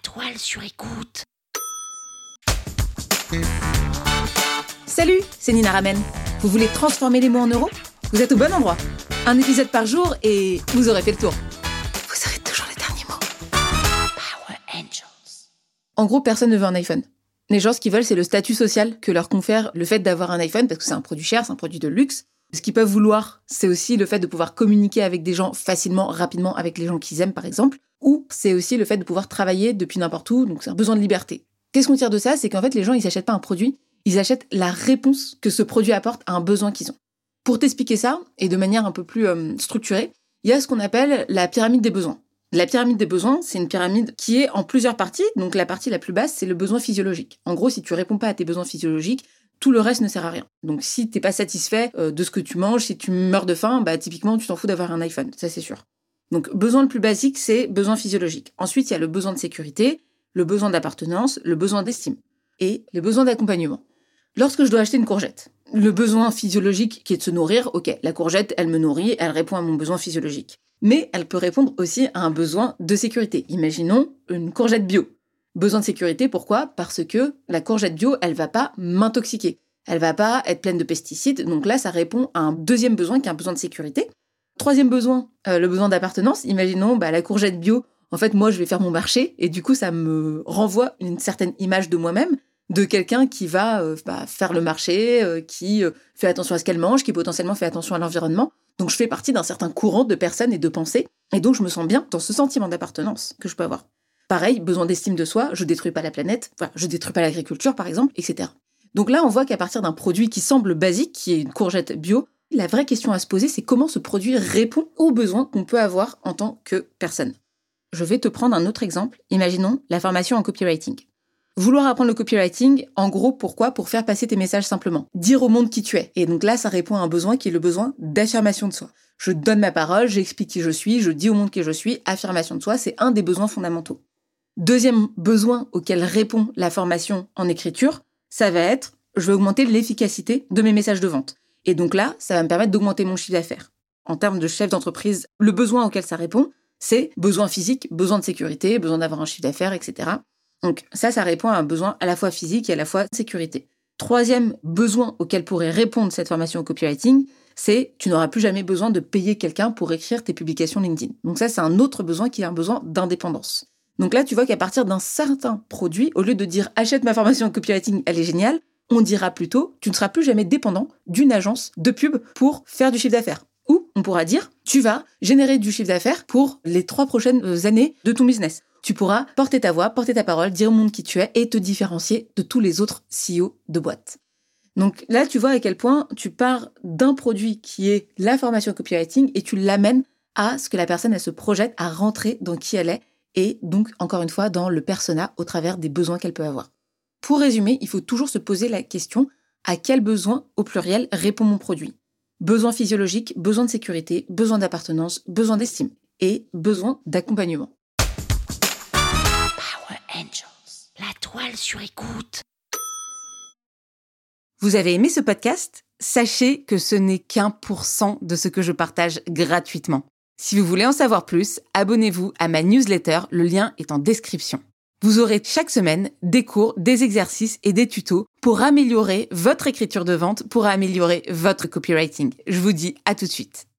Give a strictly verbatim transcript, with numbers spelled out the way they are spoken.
toile sur écoute. Salut, c'est Nina Ramen. Vous voulez transformer les mots en euros ? Vous êtes au bon endroit. Un épisode par jour et vous aurez fait le tour. Vous aurez toujours les derniers mots. Power Angels. En gros, personne ne veut un iPhone. Les gens, ce qu'ils veulent, c'est le statut social que leur confère le fait d'avoir un iPhone, parce que c'est un produit cher, c'est un produit de luxe. Ce qu'ils peuvent vouloir, c'est aussi le fait de pouvoir communiquer avec des gens facilement, rapidement, avec les gens qu'ils aiment, par exemple. Ou c'est aussi le fait de pouvoir travailler depuis n'importe où, donc c'est un besoin de liberté. Qu'est-ce qu'on tire de ça ? C'est qu'en fait, les gens, ils n'achètent pas un produit, ils achètent la réponse que ce produit apporte à un besoin qu'ils ont. Pour t'expliquer ça, et de manière un peu plus euh, structurée, il y a ce qu'on appelle la pyramide des besoins. La pyramide des besoins, c'est une pyramide qui est en plusieurs parties. Donc la partie la plus basse, c'est le besoin physiologique. En gros, si tu réponds pas à tes besoins physiologiques, tout le reste ne sert à rien. Donc si t'es pas satisfait euh, de ce que tu manges, si tu meurs de faim, bah typiquement, tu t'en fous d'avoir un iPhone, ça c'est sûr. Donc besoin le plus basique, c'est besoin physiologique. Ensuite, il y a le besoin de sécurité, le besoin d'appartenance, le besoin d'estime et les besoins d'accompagnement. Lorsque je dois acheter une courgette, le besoin physiologique qui est de se nourrir, ok, la courgette, elle me nourrit, elle répond à mon besoin physiologique. Mais elle peut répondre aussi à un besoin de sécurité. Imaginons une courgette bio. Besoin de sécurité, pourquoi ? Parce que la courgette bio, elle va pas m'intoxiquer. Elle va pas être pleine de pesticides. Donc là, ça répond à un deuxième besoin qui est un besoin de sécurité. Troisième besoin, euh, le besoin d'appartenance. Imaginons bah, la courgette bio. En fait, moi, je vais faire mon marché et du coup, ça me renvoie une certaine image de moi-même, de quelqu'un qui va euh, bah, faire le marché, euh, qui euh, fait attention à ce qu'elle mange, qui potentiellement fait attention à l'environnement. Donc, je fais partie d'un certain courant de personnes et de pensées. Et donc, je me sens bien dans ce sentiment d'appartenance que je peux avoir. Pareil, besoin d'estime de soi, je détruis pas la planète, voilà, je détruis pas l'agriculture, par exemple, et cetera. Donc là, on voit qu'à partir d'un produit qui semble basique, qui est une courgette bio, la vraie question à se poser, c'est comment ce produit répond aux besoins qu'on peut avoir en tant que personne. Je vais te prendre un autre exemple. Imaginons la formation en copywriting. Vouloir apprendre le copywriting, en gros, pourquoi ? Pour faire passer tes messages simplement. Dire au monde qui tu es. Et donc là, ça répond à un besoin qui est le besoin d'affirmation de soi. Je donne ma parole, j'explique qui je suis, je dis au monde qui je suis. Affirmation de soi, c'est un des besoins fondamentaux. Deuxième besoin auquel répond la formation en écriture, ça va être, je vais augmenter l'efficacité de mes messages de vente. Et donc là, ça va me permettre d'augmenter mon chiffre d'affaires. En termes de chef d'entreprise, le besoin auquel ça répond, c'est besoin physique, besoin de sécurité, besoin d'avoir un chiffre d'affaires, et cetera. Donc ça, ça répond à un besoin à la fois physique et à la fois de sécurité. Troisième besoin auquel pourrait répondre cette formation au copywriting, c'est tu n'auras plus jamais besoin de payer quelqu'un pour écrire tes publications LinkedIn. Donc ça, c'est un autre besoin qui est un besoin d'indépendance. Donc là, tu vois qu'à partir d'un certain produit, au lieu de dire « achète ma formation en copywriting, elle est géniale », on dira plutôt « tu ne seras plus jamais dépendant d'une agence de pub pour faire du chiffre d'affaires ». Ou on pourra dire « tu vas générer du chiffre d'affaires pour les trois prochaines années de ton business ». Tu pourras porter ta voix, porter ta parole, dire au monde qui tu es et te différencier de tous les autres C E O de boîte. Donc là, tu vois à quel point tu pars d'un produit qui est la formation copywriting et tu l'amènes à ce que la personne elle se projette à rentrer dans qui elle est et donc, encore une fois, dans le persona au travers des besoins qu'elle peut avoir. Pour résumer, il faut toujours se poser la question à quel besoin, au pluriel, répond mon produit ? Besoin physiologique, besoin de sécurité, besoin d'appartenance, besoin d'estime et besoin d'accompagnement. Power Angels. La toile sur écoute. Vous avez aimé ce podcast ? Sachez que ce n'est qu'un pour cent de ce que je partage gratuitement. Si vous voulez en savoir plus, abonnez-vous à ma newsletter, le lien est en description. Vous aurez chaque semaine des cours, des exercices et des tutos pour améliorer votre écriture de vente, pour améliorer votre copywriting. Je vous dis à tout de suite.